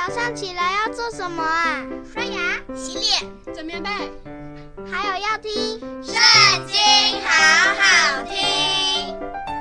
早上起来要做什么啊？ 刷牙、洗脸、 整棉被， 还有要听圣经，好好听。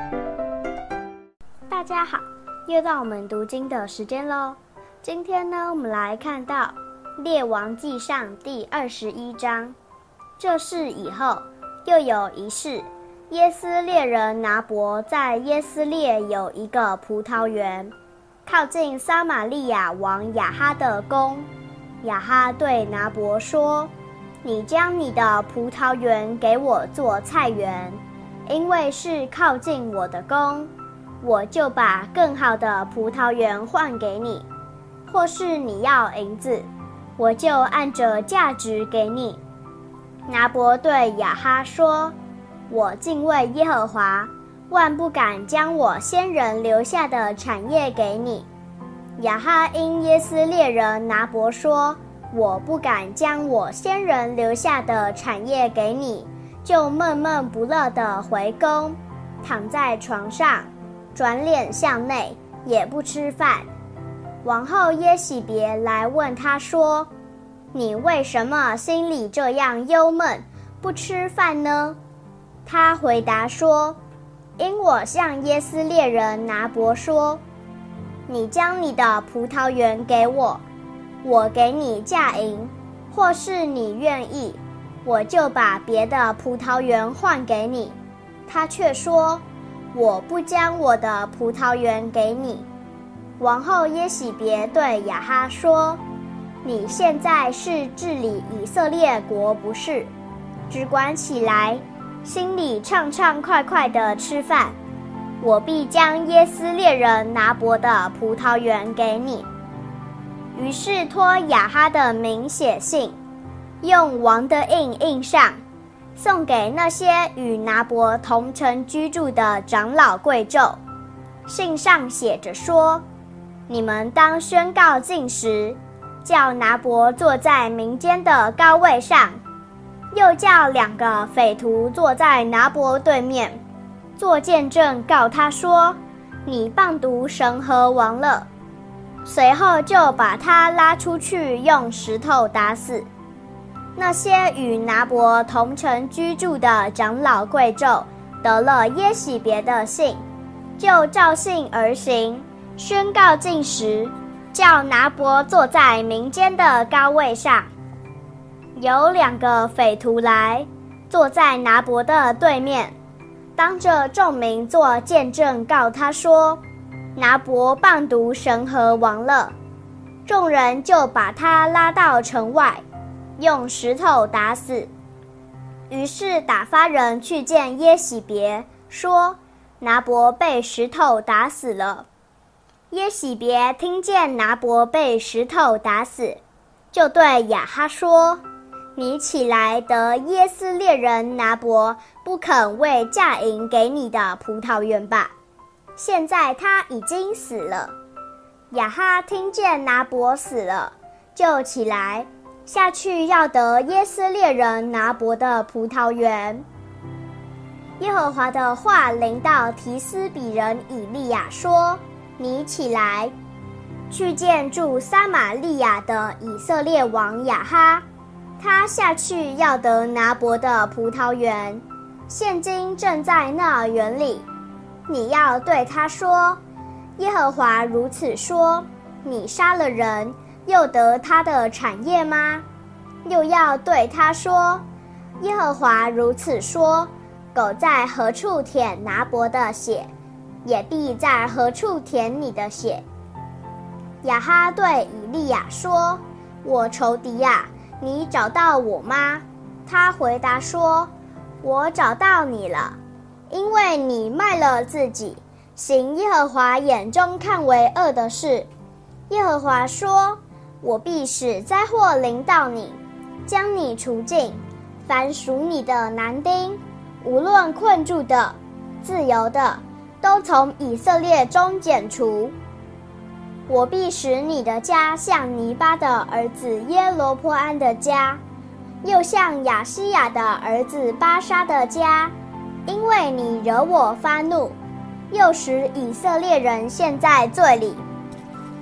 大家好，又到我们读经的时间咯。今天呢，我们来看到列王纪上第21章。这事以后，又有一事，耶斯列人拿伯在耶斯列有一个葡萄园，靠近撒玛利亚王亚哈的宫。亚哈对拿伯说：你将你的葡萄园给我做菜园，因为是靠近我的宫，我就把更好的葡萄园换给你。或是你要银子，我就按着价值给你。拿伯对亚哈说：我敬畏耶和华，万不敢将我先人留下的产业给你。亚哈因耶斯列人拿伯说：我不敢将我先人留下的产业给你，就闷闷不乐地回宫，躺在床上，转脸向内，也不吃饭。王后耶洗别来问他说：你为什么心里这样忧闷，不吃饭呢？他回答说：因我向耶斯列人拿伯说，你将你的葡萄园给我，我给你价银，或是你愿意，我就把别的葡萄园换给你。他却说：我不将我的葡萄园给你。王后耶洗别对亚哈说：你现在是治理以色列国不是，只管起来，心里畅畅快快地吃饭，我必将耶斯列人拿伯的葡萄园给你。于是托亚哈的名写信，用王的印上，送给那些与拿伯同城居住的长老贵胄。信上写着说：你们当宣告禁食，叫拿伯坐在民间的高位上，又叫2个匪徒坐在拿伯对面，做见证告他说：你谤读神和王了。随后就把他拉出去，用石头打死。那些与拿伯同城居住的长老贵胄得了耶洗别的信，就照信而行，宣告禁食，叫拿伯坐在民间的高位上。有2个匪徒来，坐在拿伯的对面，当着众民做见证告他说：拿伯谤读神和王了。众人就把他拉到城外，用石头打死。于是打发人去见耶洗别，说：拿伯被石头打死了。耶洗别听见拿伯被石头打死，就对亚哈说：你起来得耶斯列人拿伯不肯为价银给你的葡萄园吧，现在他已经死了。亚哈听见拿伯死了，就起来下去要得耶斯列人拿伯的葡萄园。耶和华的话临到提斯比人以利亚说：你起来，去见住撒玛利亚的以色列王亚哈，他下去要得拿伯的葡萄园，现今正在那园里。你要对他说：耶和华如此说，你杀了人，又得他的产业吗？又要对他说：耶和华如此说，狗在何处舔拿伯的血，也必在何处舔你的血。亚哈对以利亚说：我仇敌啊，你找到我吗？他回答说：我找到你了，因为你卖了自己，行耶和华眼中看为恶的事。耶和华说：我必使灾祸临到你，将你除尽，凡属你的男丁，无论困住的、自由的，都从以色列中剪除。我必使你的家像尼巴的儿子耶罗波安的家，又像亚西亚的儿子巴沙的家，因为你惹我发怒，又使以色列人陷在罪里。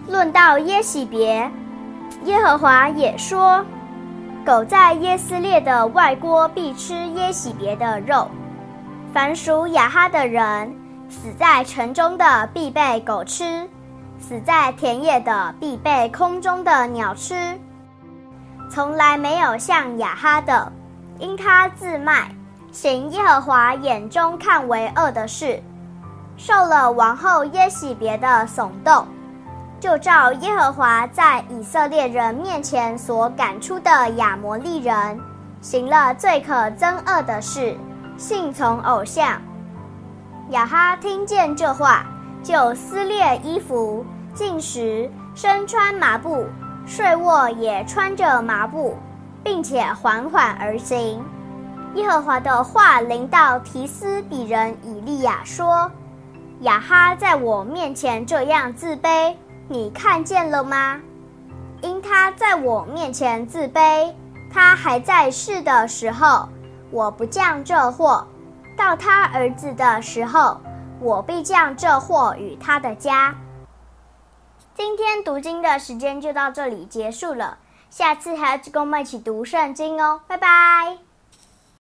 论到耶洗别，耶和华也说，狗在耶斯列的外郭必吃耶洗别的肉，凡属亚哈的人，死在城中的必被狗吃，死在田野的必被空中的鸟吃。从来没有像亚哈的，因他自卖，行耶和华眼中看为恶的事，受了王后耶洗别的耸动，就照耶和华在以色列人面前所赶出的亚摩利人，行了最可憎恶的事，信从偶像。亚哈听见这话，就撕裂衣服，进食，身穿麻布，睡卧也穿着麻布，并且缓缓而行。耶和华的话临到提斯比人以利亚说，亚哈在我面前这样自卑，你看见了吗？因他在我面前自卑，他还在世的时候，我不降这祸，到他儿子的时候，我必降这祸与他的家。今天读经的时间就到这里结束了，下次还要跟我们一起读圣经哦，拜拜。